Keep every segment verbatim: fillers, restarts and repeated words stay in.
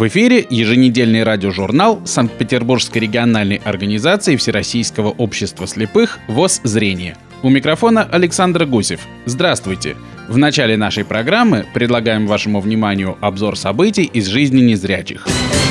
В эфире еженедельный радиожурнал Санкт-Петербургской региональной организации Всероссийского общества слепых ВОС «Зрение». У микрофона Александр Гусев. Здравствуйте! В начале нашей программы предлагаем вашему вниманию обзор событий из жизни незрячих.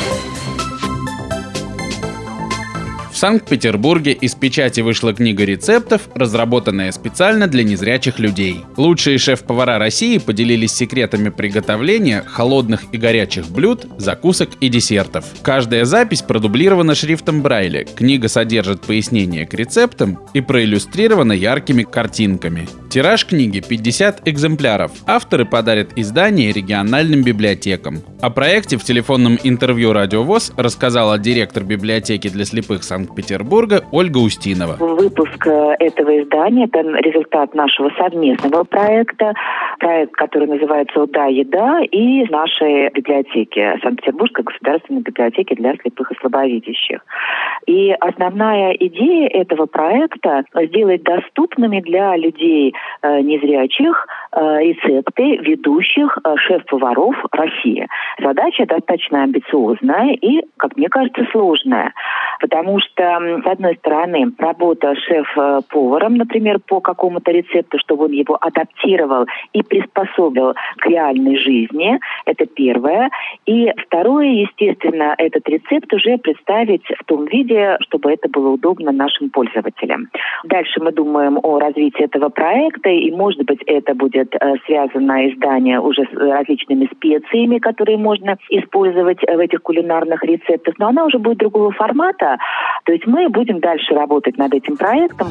В Санкт-Петербурге из печати вышла книга рецептов, разработанная специально для незрячих людей. Лучшие шеф-повара России поделились секретами приготовления холодных и горячих блюд, закусок и десертов. Каждая запись продублирована шрифтом Брайля. Книга содержит пояснения к рецептам и проиллюстрирована яркими картинками. Тираж книги пятьдесят экземпляров. Авторы подарят издание региональным библиотекам. О проекте в телефонном интервью Радио ВОС рассказала директор библиотеки для слепых Санкт-Петербурга Ольга Устинова. Выпуск этого издания – это результат нашего совместного проекта. Проект, который называется «УДА Еда», и нашей библиотеки, Санкт-Петербургской государственной библиотеки для слепых и слабовидящих. И основная идея этого проекта – сделать доступными для людей э, незрячих э, рецепты ведущих э, шеф-поваров России. Задача достаточно амбициозная и, как мне кажется, сложная. Потому что, с одной стороны, работа шеф-поваром, например, по какому-то рецепту, чтобы он его адаптировал и приспособил к реальной жизни, это первое. И второе, естественно, этот рецепт уже представить в том виде, чтобы это было удобно нашим пользователям. Дальше мы думаем о развитии этого проекта, и, может быть, это будет э, связано издание уже с различными специями, которые можно использовать в этих кулинарных рецептах, но она уже будет другого формата. То есть мы будем дальше работать над этим проектом.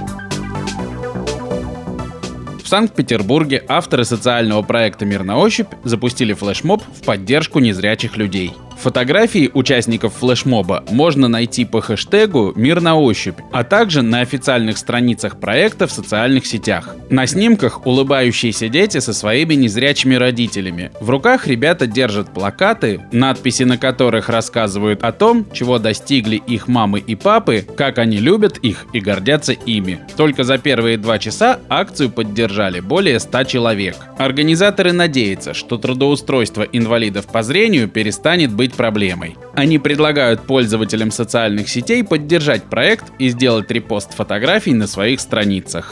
В Санкт-Петербурге авторы социального проекта «Мир на ощупь» запустили флешмоб в поддержку незрячих людей. Фотографии участников флешмоба можно найти по хэштегу «Мир на ощупь», а также на официальных страницах проекта в социальных сетях. На снимках улыбающиеся дети со своими незрячими родителями. В руках ребята держат плакаты, надписи на которых рассказывают о том, чего достигли их мамы и папы, как они любят их и гордятся ими. Только за первые два часа акцию поддержали более ста человек. Организаторы надеются, что трудоустройство инвалидов по зрению перестанет быть проблемой. Они предлагают пользователям социальных сетей поддержать проект и сделать репост фотографий на своих страницах.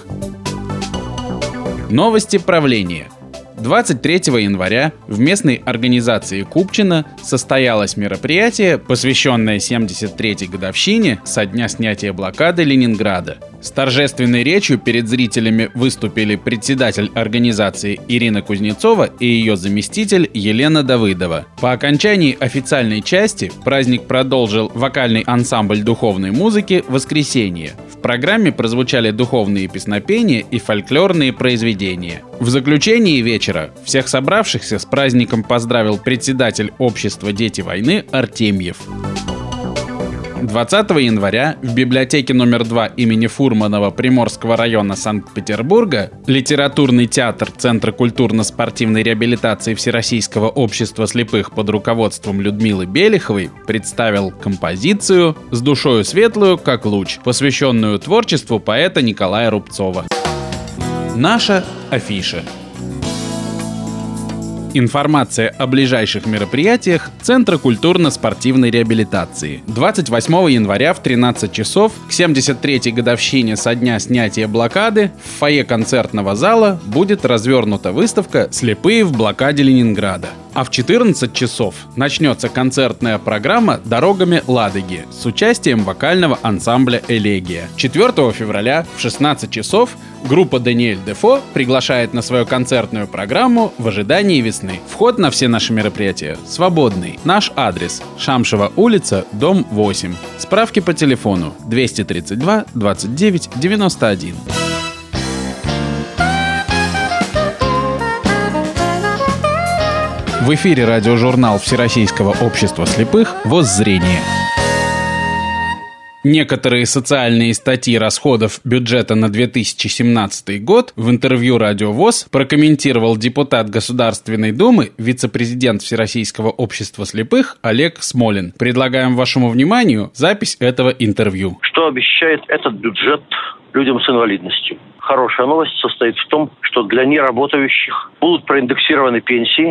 Новости правления. двадцать третьего января в местной организации Купчино состоялось мероприятие, посвященное семьдесят третьей годовщине со дня снятия блокады Ленинграда. С торжественной речью перед зрителями выступили председатель организации Ирина Кузнецова и ее заместитель Елена Давыдова. По окончании официальной части праздник продолжил вокальный ансамбль духовной музыки «Воскресенье». В программе прозвучали духовные песнопения и фольклорные произведения. В заключении вечера всех собравшихся с праздником поздравил председатель общества «Дети войны» Артемьев. двадцатого января в библиотеке номер два имени Фурманова Приморского района Санкт-Петербурга литературный театр Центра культурно-спортивной реабилитации Всероссийского общества слепых под руководством Людмилы Белиховой представил композицию «С душою светлую, как луч», посвященную творчеству поэта Николая Рубцова. Наша афиша. Информация о ближайших мероприятиях Центра культурно-спортивной реабилитации. двадцать восьмого января в тринадцать часов к семьдесят третьей годовщине со дня снятия блокады в фойе концертного зала будет развернута выставка «Слепые в блокаде Ленинграда». А в четырнадцать часов начнется концертная программа «Дорогами Ладоги» с участием вокального ансамбля «Элегия». четвёртого февраля в шестнадцать часов группа Даниэль Дефо приглашает на свою концертную программу «В ожидании весны». Вход на все наши мероприятия свободный. Наш адрес – Шамшева улица, дом восемь. Справки по телефону двести тридцать два двадцать девять девяносто один. В эфире радиожурнал Всероссийского общества слепых «ВОС Зрение». Некоторые социальные статьи расходов бюджета на две тысячи семнадцатый год в интервью Радио ВОС прокомментировал депутат Государственной Думы, вице-президент Всероссийского общества слепых Олег Смолин. Предлагаем вашему вниманию запись этого интервью. Что обещает этот бюджет людям с инвалидностью? Хорошая новость состоит в том, что для неработающих будут проиндексированы пенсии,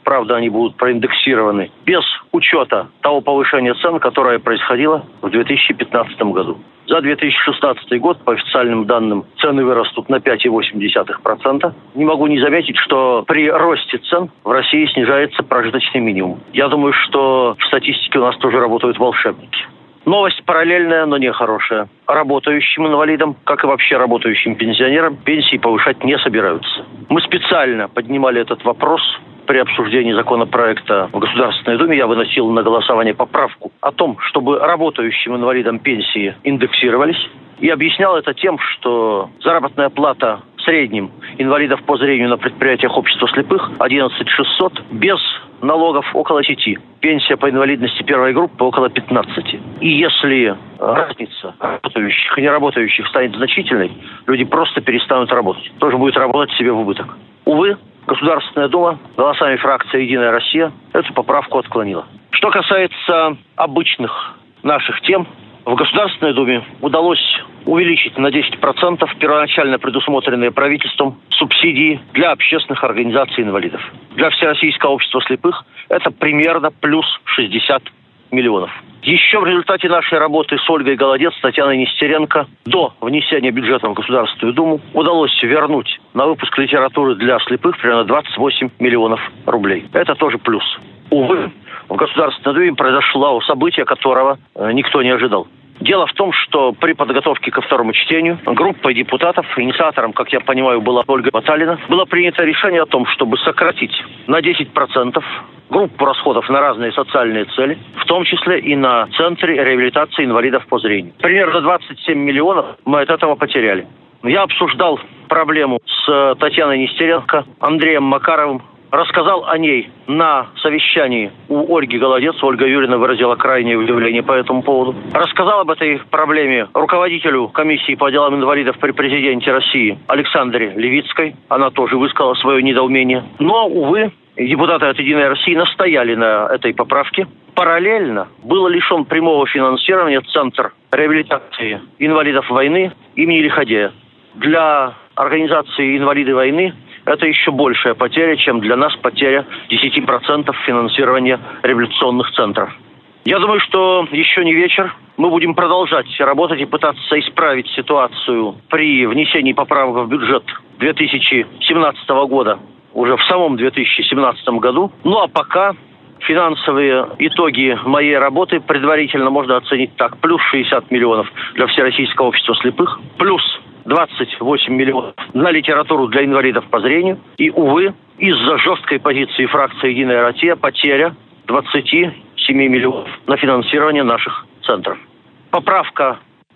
правда, они будут проиндексированы без учета того повышения цен, которое происходило в две тысячи пятнадцатом году. За две тысячи шестнадцатый год, по официальным данным, цены вырастут на пять целых восемь десятых процента. Не могу не заметить, что при росте цен в России снижается прожиточный минимум. Я думаю, что в статистике у нас тоже работают волшебники. Новость параллельная, но не хорошая. Работающим инвалидам, как и вообще работающим пенсионерам, пенсии повышать не собираются. Мы специально поднимали этот вопрос при обсуждении законопроекта в Государственной Думе. Я выносил на голосование поправку о том, чтобы работающим инвалидам пенсии индексировались. И объяснял это тем, что заработная плата в среднем инвалидов по зрению на предприятиях общества слепых одиннадцать тысяч шестьсот, без налогов около пяти. Пенсия по инвалидности первой группы около пятнадцати. И если разница работающих и неработающих станет значительной, люди просто перестанут работать. Тоже будет работать себе в убыток. Увы, Государственная Дума голосами фракции «Единая Россия» эту поправку отклонила. Что касается обычных наших тем, в Государственной Думе удалось увеличить на десять процентов первоначально предусмотренные правительством субсидии для общественных организаций инвалидов. Для Всероссийского общества слепых это примерно плюс шестьдесят миллионов. Еще в результате нашей работы с Ольгой Голодец, Татьяной Нестеренко до внесения бюджета в Государственную Думу удалось вернуть на выпуск литературы для слепых примерно двадцать восемь миллионов рублей. Это тоже плюс. Увы, в Государственной Думе произошло событие, которого никто не ожидал. Дело в том, что при подготовке ко второму чтению группой депутатов, инициатором, как я понимаю, была Ольга Баталина, было принято решение о том, чтобы сократить на десять процентов группу расходов на разные социальные цели, в том числе и на Центре реабилитации инвалидов по зрению. Примерно двадцать семь миллионов мы от этого потеряли. Я обсуждал проблему с Татьяной Нестеренко, Андреем Макаровым, рассказал о ней на совещании у Ольги Голодец. Ольга Юрьевна выразила крайнее удивление по этому поводу. Рассказал об этой проблеме руководителю комиссии по делам инвалидов при президенте России Александре Левицкой. Она тоже высказала свое недоумение. Но, увы, депутаты от «Единой России» настояли на этой поправке. Параллельно был лишен прямого финансирования Центр реабилитации инвалидов войны имени Лиходея. Для организации «Инвалиды войны» это еще большая потеря, чем для нас потеря десять процентов финансирования реабилитационных центров. Я думаю, что еще не вечер. Мы будем продолжать работать и пытаться исправить ситуацию при внесении поправок в бюджет две тысячи семнадцатого года, уже в самом две тысячи семнадцатом году. Ну а пока финансовые итоги моей работы предварительно можно оценить так. Плюс шестьдесят миллионов для Всероссийского общества слепых, плюс двадцать восемь миллионов на литературу для инвалидов по зрению. И, увы, из-за жесткой позиции фракции «Единая Россия» потеря двадцать семь миллионов на финансирование наших центров. Поправка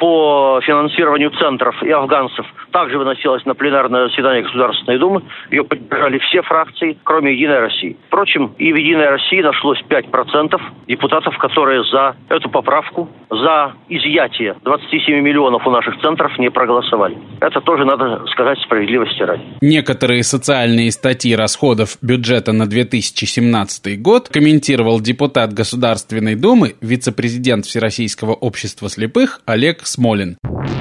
по финансированию центров и афганцев также выносилась на пленарное заседание Государственной Думы. Ее поддержали все фракции, кроме «Единой России». Впрочем, и в «Единой России» нашлось пять процентов депутатов, которые за эту поправку, за изъятие двадцати семи миллионов у наших центров не проголосовали. Это тоже надо сказать справедливости ради. Некоторые социальные статьи расходов бюджета на две тысячи семнадцатый год комментировал депутат Государственной Думы, вице-президент Всероссийского общества слепых Олег Смолин.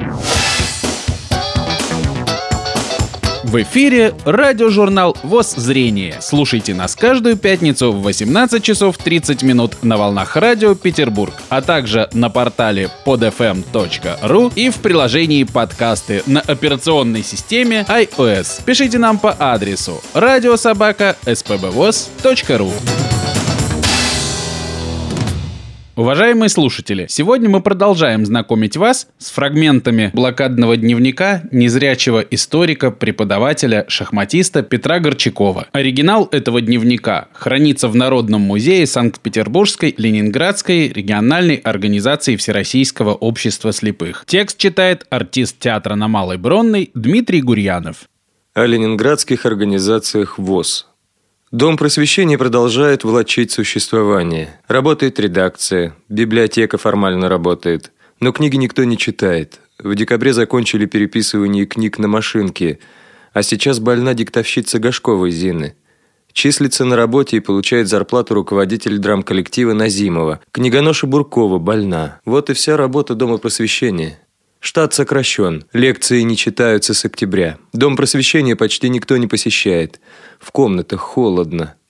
В эфире радиожурнал ВОС «Зрение». Слушайте нас каждую пятницу в восемнадцать часов тридцать минут на волнах радио Петербург, а также на портале под эф эм точка ру и в приложении подкасты на операционной системе iOS. Пишите нам по адресу радио собака эс пэ бэ вос точка ру. Уважаемые слушатели, сегодня мы продолжаем знакомить вас с фрагментами блокадного дневника незрячего историка, преподавателя, шахматиста Петра Горчакова. Оригинал этого дневника хранится в Народном музее Санкт-Петербургской Ленинградской региональной организации Всероссийского общества слепых. Текст читает артист театра на Малой Бронной Дмитрий Гурьянов. О ленинградских организациях ВОС. Дом просвещения продолжает влачить существование. Работает редакция, библиотека формально работает. Но книги никто не читает. В декабре закончили переписывание книг на машинке. А сейчас больна диктовщица Гашковой Зины. Числится на работе и получает зарплату руководитель драм-коллектива Назимова. Книгоноша Буркова больна. Вот и вся работа Дома просвещения. Штат сокращен, лекции не читаются с октября. Дом просвещения почти никто не посещает. В комнатах холодно.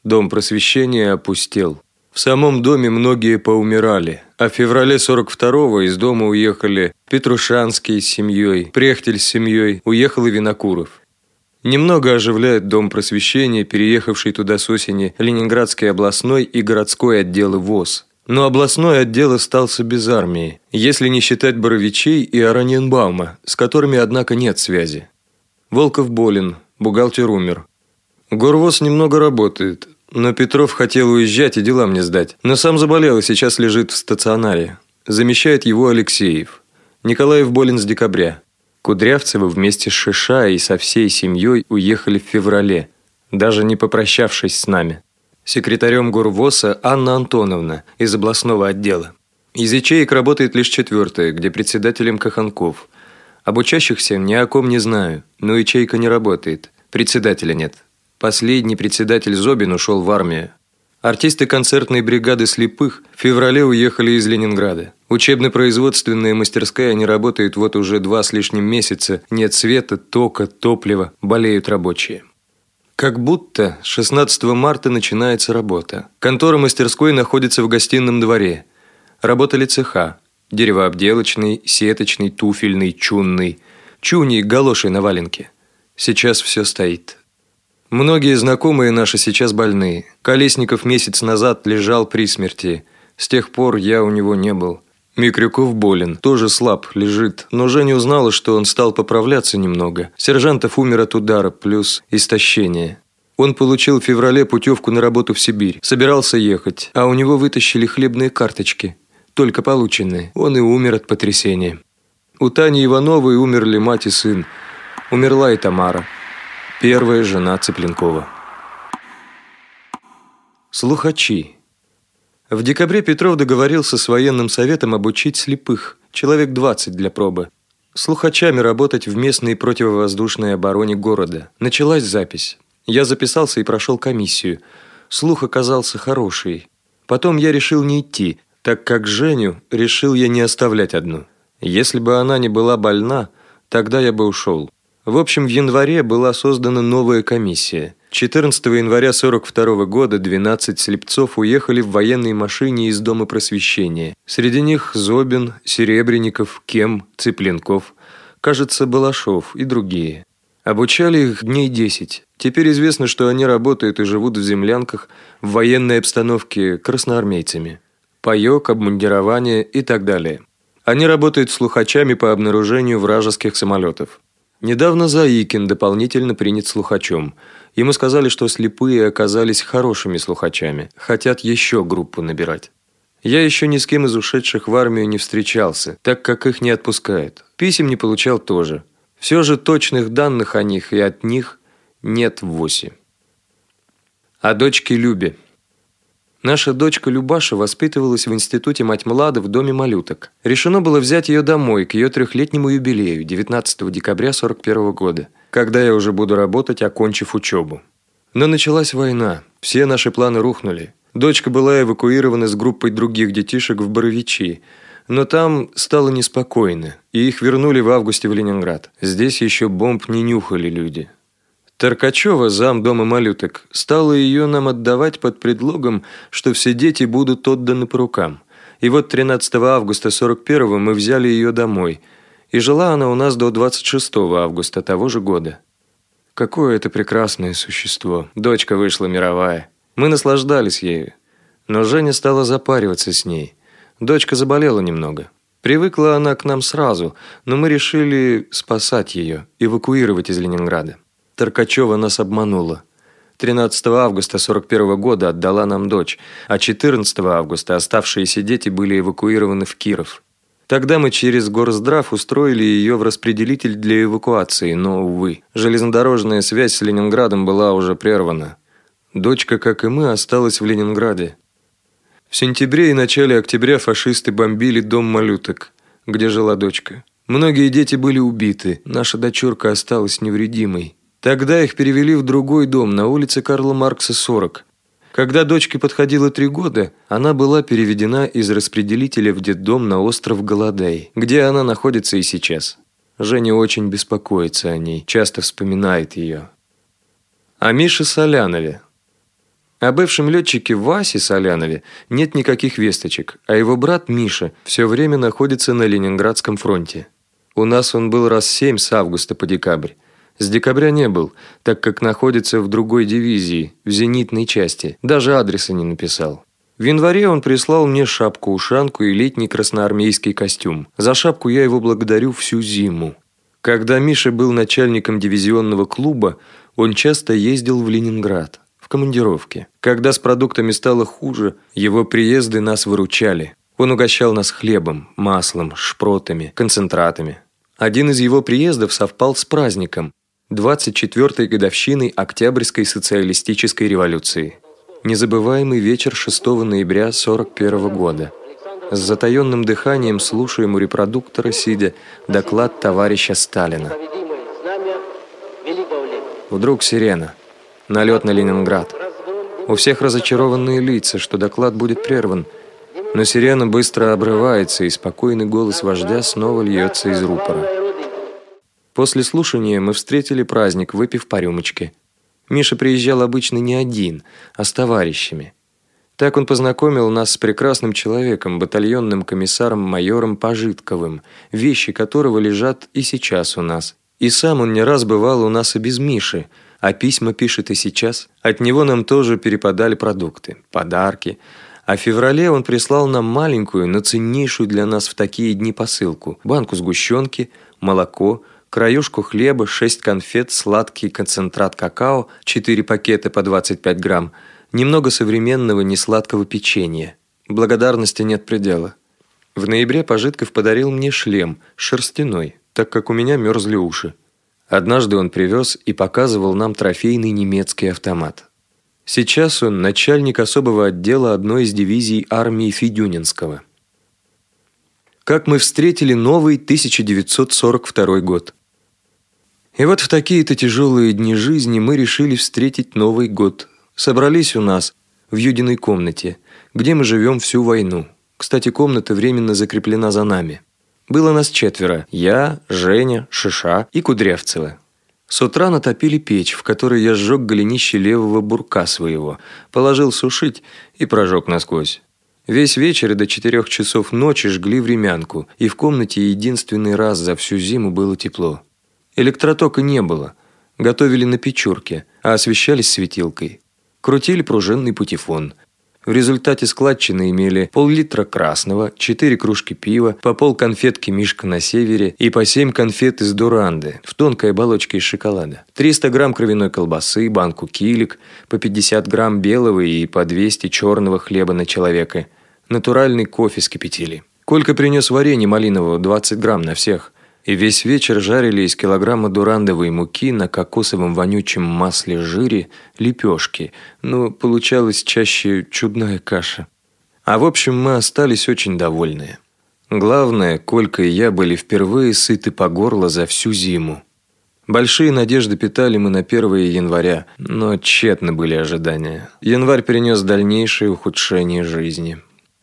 Дом просвещения опустел. В самом доме многие поумирали, а в феврале сорок второго из дома уехали Петрушанский с семьей, Прехтель с семьей, уехал и Винокуров. Немного оживляет Дом просвещения, переехавший туда с осени Ленинградский областной и городской отделы ВОС. Но областной отдел остался без армии, если не считать Боровичей и Ораньенбаума, с которыми, однако, нет связи. Волков болен, бухгалтер умер. Горвоз немного работает, но Петров хотел уезжать и дела мне сдать, но сам заболел и сейчас лежит в стационаре. Замещает его Алексеев. Николаев болен с декабря. Кудрявцевы вместе с Шиша и со всей семьей уехали в феврале, даже не попрощавшись с нами. Секретарем Горвоса Анна Антоновна из областного отдела. Из ячеек работает лишь четвертая, где председателем Каханков. Об учащихся ни о ком не знаю, но ячейка не работает, председателя нет. Последний председатель Зобин ушел в армию. Артисты концертной бригады слепых в феврале уехали из Ленинграда. Учебно-производственная мастерская не работает вот уже два с лишним месяца. Нет света, тока, топлива, болеют рабочие. Как будто шестнадцатого марта начинается работа. Контора мастерской находится в гостином дворе. Работали цеха. Деревообделочный, сеточный, туфельный, чунный. Чуни и галоши на валенке. Сейчас все стоит. Многие знакомые наши сейчас больны. Колесников месяц назад лежал при смерти. С тех пор я у него не был. Микрюков болен, тоже слаб, лежит. Но Женя узнала, что он стал поправляться немного. Сержантов умер от удара, плюс истощение. Он получил в феврале путевку на работу в Сибирь. Собирался ехать, а у него вытащили хлебные карточки. Только полученные. Он и умер от потрясения. У Тани Ивановой умерли мать и сын. Умерла и Тамара. Первая жена Цыпленкова. Слухачи. В декабре Петров договорился с военным советом обучить слепых, человек двадцать для пробы. Слухачами работать в местной противовоздушной обороне города. Началась запись. Я записался и прошел комиссию. Слух оказался хороший. Потом я решил не идти, так как Женю решил я не оставлять одну. Если бы она не была больна, тогда я бы ушел. В общем, в январе была создана новая комиссия. четырнадцатого января сорок второго года двенадцать слепцов уехали в военной машине из Дома просвещения. Среди них Зобин, Серебренников, Кем, Цыпленков, кажется, Балашов и другие. Обучали их дней десять. Теперь известно, что они работают и живут в землянках в военной обстановке красноармейцами. Паёк, обмундирование и так далее. Они работают слухачами по обнаружению вражеских самолетов. Недавно Заикин дополнительно принят слухачом. Ему сказали, что слепые оказались хорошими слухачами. Хотят еще группу набирать. Я еще ни с кем из ушедших в армию не встречался, так как их не отпускают. Писем не получал тоже. Все же точных данных о них и от них нет в ВОСе. О дочке Любе. Наша дочка Любаша воспитывалась в институте «Мать Млада» в доме малюток. Решено было взять ее домой к ее трехлетнему юбилею, девятнадцатого декабря сорок первого года, когда я уже буду работать, окончив учебу. Но началась война, все наши планы рухнули. Дочка была эвакуирована с группой других детишек в Боровичи, но там стало неспокойно, и их вернули в августе в Ленинград. Здесь еще бомб не нюхали люди. Таркачева, зам дома малюток, стала ее нам отдавать под предлогом, что все дети будут отданы по рукам. И вот тринадцатого августа сорок первого мы взяли ее домой, и жила она у нас до двадцать шестого августа того же года. Какое это прекрасное существо. Дочка вышла мировая. Мы наслаждались ею. Но Женя стала запариваться с ней. Дочка заболела немного. Привыкла она к нам сразу, но мы решили спасать ее, эвакуировать из Ленинграда. Таркачева нас обманула. тринадцатого августа сорок первого года отдала нам дочь, а четырнадцатого августа оставшиеся дети были эвакуированы в Киров. Тогда мы через Горздрав устроили ее в распределитель для эвакуации, но, увы, железнодорожная связь с Ленинградом была уже прервана. Дочка, как и мы, осталась в Ленинграде. В сентябре и начале октября фашисты бомбили дом малюток, где жила дочка. Многие дети были убиты, наша дочурка осталась невредимой. Тогда их перевели в другой дом на улице Карла Маркса, сорок. Когда дочке подходило три года, она была переведена из распределителя в детдом на остров Голодай, где она находится и сейчас. Женя очень беспокоится о ней, часто вспоминает ее. О Мише Солянове. О бывшем летчике Васе Солянове нет никаких весточек, а его брат Миша все время находится на Ленинградском фронте. У нас он был раз семь с августа по декабрь. С декабря не был, так как находится в другой дивизии, в зенитной части. Даже адреса не написал. В январе он прислал мне шапку-ушанку и летний красноармейский костюм. За шапку я его благодарю всю зиму. Когда Миша был начальником дивизионного клуба, он часто ездил в Ленинград. В командировке. Когда с продуктами стало хуже, его приезды нас выручали. Он угощал нас хлебом, маслом, шпротами, концентратами. Один из его приездов совпал с праздником – двадцать четвёртой годовщиной Октябрьской социалистической революции. Незабываемый вечер шестого ноября сорок первого года. С затаенным дыханием слушаем у репродуктора, сидя, доклад товарища Сталина. Вдруг сирена. Налет на Ленинград. У всех разочарованные лица, что доклад будет прерван. Но сирена быстро обрывается, и спокойный голос вождя снова льется из рупора. После слушания мы встретили праздник, выпив по рюмочке. Миша приезжал обычно не один, а с товарищами. Так он познакомил нас с прекрасным человеком, батальонным комиссаром-майором Пожитковым, вещи которого лежат и сейчас у нас. И сам он не раз бывал у нас и без Миши, а письма пишет и сейчас. От него нам тоже перепадали продукты, подарки. А в феврале он прислал нам маленькую, но ценнейшую для нас в такие дни посылку. Банку сгущенки, молоко, краюшку хлеба, шесть конфет, сладкий концентрат какао, четыре пакета по двадцать пять грамм, немного современного несладкого печенья. Благодарности нет предела. В ноябре Пожитков подарил мне шлем, шерстяной, так как у меня мерзли уши. Однажды он привез и показывал нам трофейный немецкий автомат. Сейчас он начальник особого отдела одной из дивизий армии Федюнинского. Как мы встретили новый тысяча девятьсот сорок второй год. И вот в такие-то тяжелые дни жизни мы решили встретить Новый год. Собрались у нас в Юдиной комнате, где мы живем всю войну. Кстати, комната временно закреплена за нами. Было нас четверо – я, Женя, Шиша и Кудрявцева. С утра натопили печь, в которой я сжег голенище левого бурка своего, положил сушить и прожег насквозь. Весь вечер и до четырех часов ночи жгли времянку, и в комнате единственный раз за всю зиму было тепло. Электротока не было, готовили на печурке, а освещались светилкой. Крутили пружинный патефон. В результате складчины имели пол-литра красного, четыре кружки пива, по пол конфетки «Мишка на севере» и по семь конфет из дуранды в тонкой оболочке из шоколада, триста грамм кровяной колбасы, банку килик, по пятьдесят грамм белого и по двести черного хлеба на человека. Натуральный кофе скипятили. Колька принес варенье малинового, двадцать грамм на всех. И весь вечер жарили из килограмма дурандовой муки на кокосовом вонючем масле жире лепешки, но получалась чаще чудная каша. А в общем, мы остались очень довольные. Главное, Колька и я были впервые сыты по горло за всю зиму. Большие надежды питали мы на первое января, но тщетны были ожидания. Январь принес дальнейшее ухудшение жизни.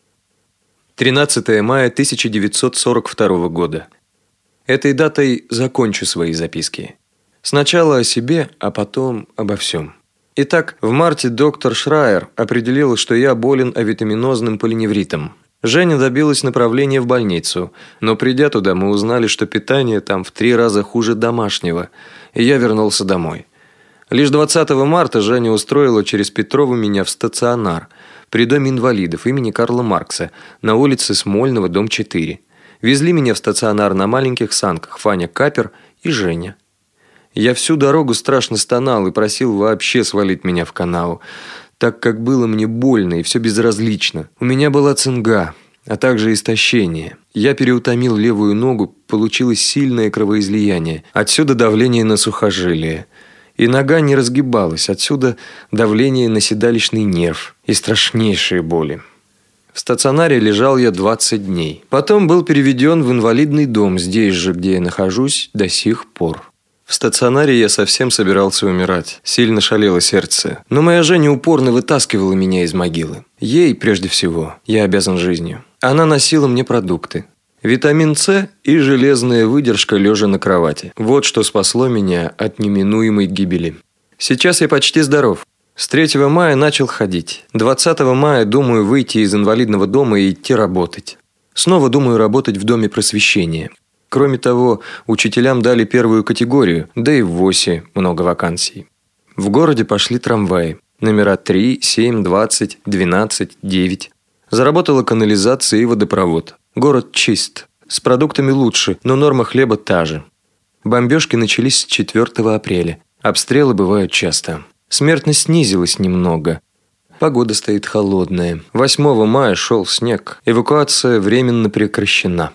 тринадцатое мая тысяча девятьсот сорок второго года. Этой датой закончу свои записки. Сначала о себе, а потом обо всем. Итак, в марте доктор Шрайер определил, что я болен авитаминозным полиневритом. Женя добилась направления в больницу, но придя туда, мы узнали, что питание там в три раза хуже домашнего, и я вернулся домой. Лишь двадцатого марта Женя устроила через Петрову меня в стационар при доме инвалидов имени Карла Маркса на улице Смольного, дом четыре. Везли меня в стационар на маленьких санках Фаня Капер и Женя. Я всю дорогу страшно стонал и просил вообще свалить меня в канаву, так как было мне больно и все безразлично. У меня была цинга, а также истощение. Я переутомил левую ногу, получилось сильное кровоизлияние. Отсюда давление на сухожилие. И нога не разгибалась, отсюда давление на седалищный нерв и страшнейшие боли. В стационаре лежал я двадцать дней. Потом был переведен в инвалидный дом, здесь же, где я нахожусь до сих пор. В стационаре я совсем собирался умирать. Сильно шалело сердце. Но моя Женя упорно вытаскивала меня из могилы. Ей, прежде всего, я обязан жизнью. Она носила мне продукты. Витамин С и железная выдержка лежа на кровати. Вот что спасло меня от неминуемой гибели. Сейчас я почти здоров. С третьего мая начал ходить. двадцатого мая думаю выйти из инвалидного дома и идти работать. Снова думаю работать в Доме просвещения. Кроме того, учителям дали первую категорию, да и в ВОСе много вакансий. В городе пошли трамваи. Номера три, семь, двадцать, двенадцать, девять. Заработала канализация и водопровод. Город чист. С продуктами лучше, но норма хлеба та же. Бомбежки начались с четвёртого апреля. Обстрелы бывают часто. Смертность снизилась немного. Погода стоит холодная. восьмого мая шел снег. Эвакуация временно прекращена.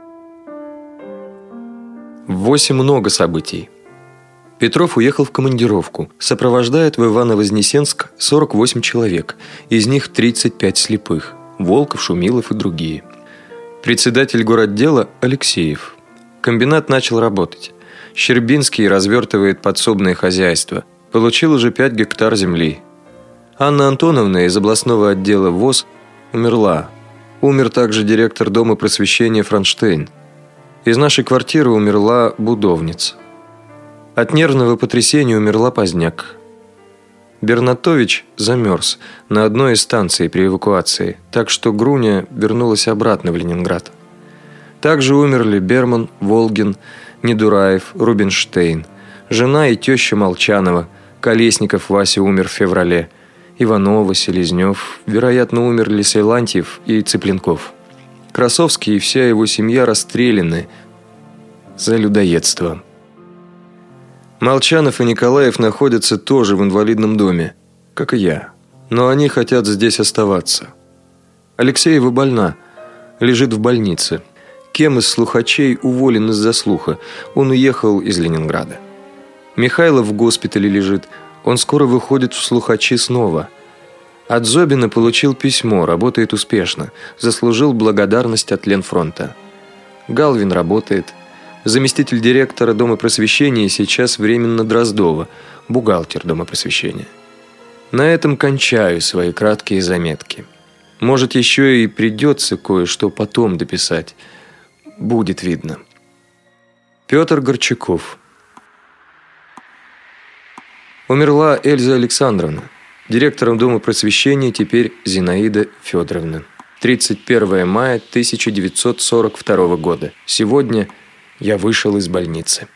В ВОСе много событий. Петров уехал в командировку. Сопровождает в Ивано-Вознесенск сорок восемь человек. Из них тридцать пять слепых. Волков, Шумилов и другие. Председатель городдела Алексеев. Комбинат начал работать. Щербинский развертывает подсобное хозяйство. Получил уже пять гектар земли. Анна Антоновна из областного отдела ВОС умерла. Умер также директор Дома просвещения Франштейн. Из нашей квартиры умерла будовница. От нервного потрясения умерла Поздняк. Бернатович замерз на одной из станций при эвакуации, так что Груня вернулась обратно в Ленинград. Также умерли Берман, Волгин, Недураев, Рубинштейн, жена и теща Молчанова, Колесников Вася умер в феврале, Иванова, Селезнев, вероятно, умерли Сайлантьев и Цыпленков. Красовский и вся его семья расстреляны за людоедство. Молчанов и Николаев находятся тоже в инвалидном доме, как и я, но они хотят здесь оставаться. Алексеева больна, лежит в больнице. Кем из слухачей уволен из-за слуха, он уехал из Ленинграда. Михайлов в госпитале лежит, он скоро выходит в слухачи снова. От Зобина получил письмо, работает успешно, заслужил благодарность от Ленфронта. Галвин работает. Заместитель директора Дома просвещения сейчас временно Дроздова, бухгалтер Дома просвещения. На этом кончаю свои краткие заметки. Может, еще и придется кое-что потом дописать. Будет видно. Петр Горчаков. Умерла Эльза Александровна. Директором Дома просвещения теперь Зинаида Федоровна. тридцать первого мая тысяча девятьсот сорок второго года. Сегодня я вышел из больницы.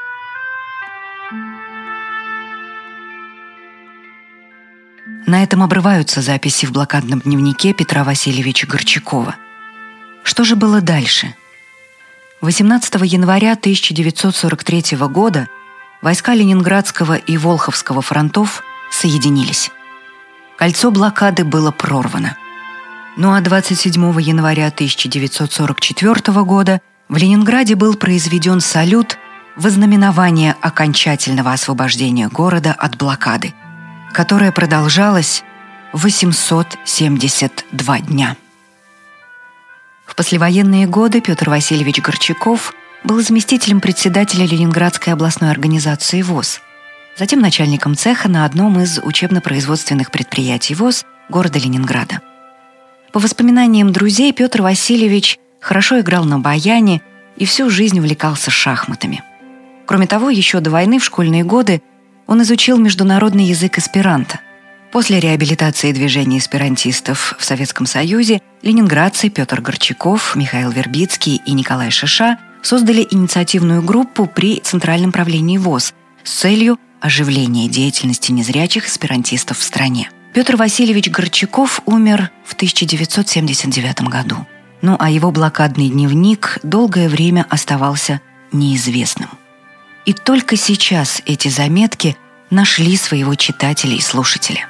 На этом обрываются записи в блокадном дневнике Петра Васильевича Горчакова. Что же было дальше? восемнадцатого января тысяча девятьсот сорок третьего года войска Ленинградского и Волховского фронтов соединились. Кольцо блокады было прорвано. Ну а двадцать седьмого января тысяча девятьсот сорок четвёртого года в Ленинграде был произведен салют в ознаменование окончательного освобождения города от блокады, которая продолжалась восемьсот семьдесят два дня. В послевоенные годы Петр Васильевич Горчаков был заместителем председателя Ленинградской областной организации ВОС, затем начальником цеха на одном из учебно-производственных предприятий ВОС города Ленинграда. По воспоминаниям друзей, Петр Васильевич хорошо играл на баяне и всю жизнь увлекался шахматами. Кроме того, еще до войны в школьные годы он изучил международный язык эсперанто. После реабилитации движения эсперантистов в Советском Союзе ленинградцы Петр Горчаков, Михаил Вербицкий и Николай Шиша создали инициативную группу при Центральном правлении ВОС с целью оживления деятельности незрячих эсперантистов в стране. Петр Васильевич Горчаков умер в тысяча девятьсот семьдесят девятом году. Ну а его блокадный дневник долгое время оставался неизвестным. И только сейчас эти заметки нашли своего читателя и слушателя.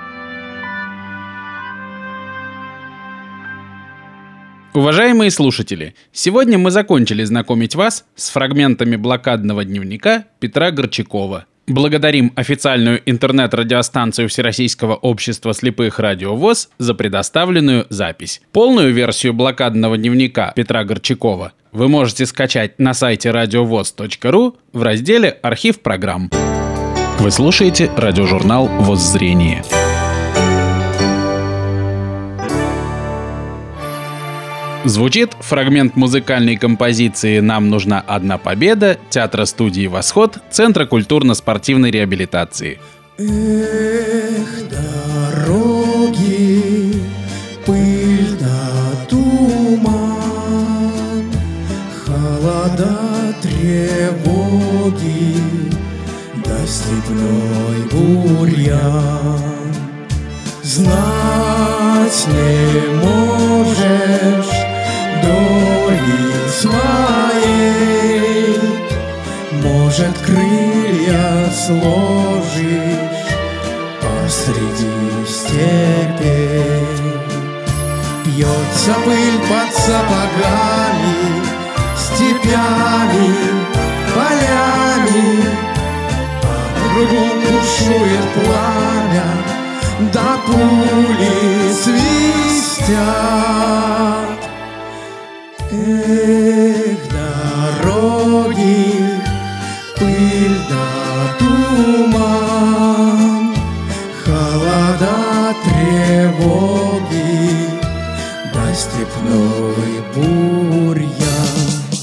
Уважаемые слушатели, сегодня мы закончили знакомить вас с фрагментами блокадного дневника Петра Горчакова. Благодарим официальную интернет-радиостанцию Всероссийского общества слепых «Радио ВОС» за предоставленную запись. Полную версию блокадного дневника Петра Горчакова вы можете скачать на сайте радиовос точка ру в разделе «Архив программ». Вы слушаете радиожурнал «Воззрение». Звучит фрагмент музыкальной композиции «Нам нужна одна победа» театра-студии «Восход» Центра культурно-спортивной реабилитации. Эх, дороги, пыль да туман, холода, тревоги, да степной бурьян. Знать не можешь доли своей, может, крылья сложишь посреди степей. Бьется пыль под сапогами, степями, полями, а кругом бушует пламя, да пули свистят. Эх, дороги, пыль да туман, холода, тревоги, да степной бурьян.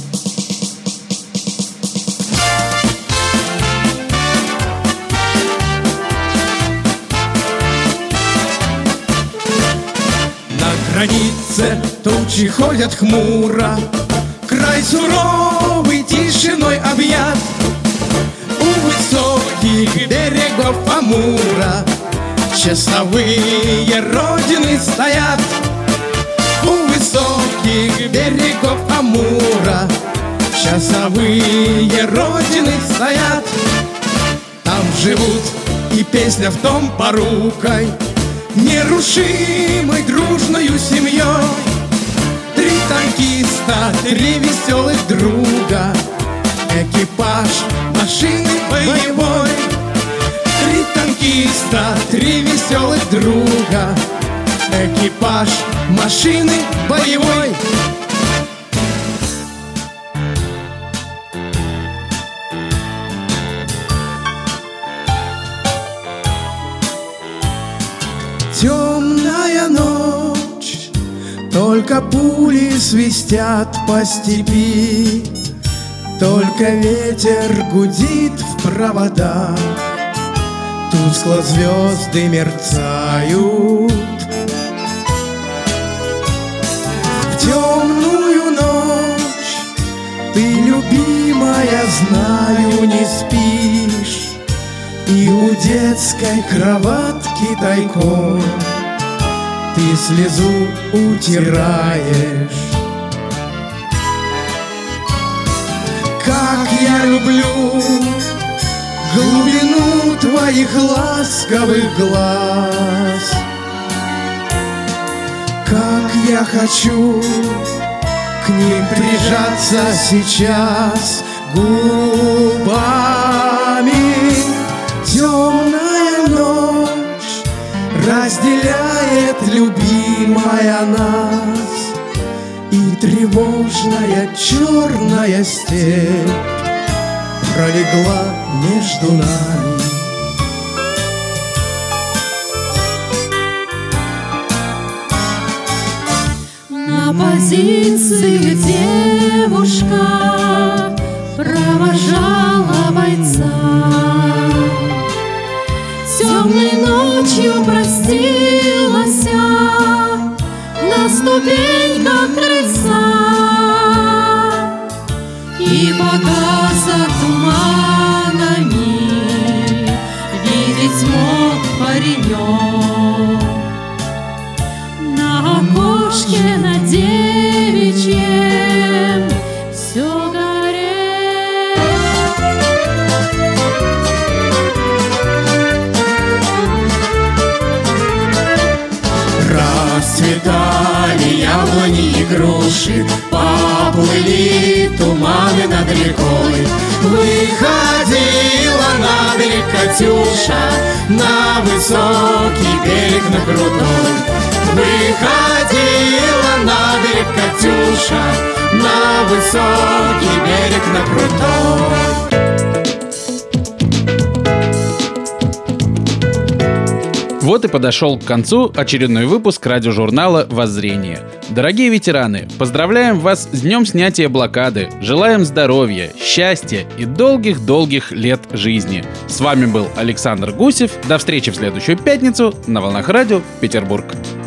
На границе тучи ходят хмуро, край суровый тишиной объят. У высоких берегов Амура часовые родины стоят. У высоких берегов Амура часовые родины стоят. Там живут, и песня в том порукой, нерушимой дружною семьей. Три танкиста, три веселых друга, экипаж машины боевой. Три танкиста, три веселых друга, экипаж машины боевой. Темная ночь, только пули свистят по степи, только ветер гудит в проводах, тускло звезды мерцают. В темную ночь ты, любимая, знаю, не спишь, и у детской кроватки тайком ты слезу утираешь. Как я люблю глубину твоих ласковых глаз, как я хочу к ним прижаться сейчас губами. Темная ночь разделяет, любимая, нас, и тревожная черная степь пролегла между нами. На позиции девушка провожала бойца, темной ночью простилась на ступеньках крыльца, и пока за туманами видеть мог паренек, на окошке на девичьем все расцветали яблони и груши, поплыли туманы над рекой. Выходила на берег Катюша, на высокий берег, на крутой. Выходила на берег Катюша, на высокий берег, на крутой. Вот и подошел к концу очередной выпуск радиожурнала «Воззрение». Дорогие ветераны, поздравляем вас с днем снятия блокады, желаем здоровья, счастья и долгих-долгих лет жизни. С вами был Александр Гусев. До встречи в следующую пятницу на волнах радио «Петербург».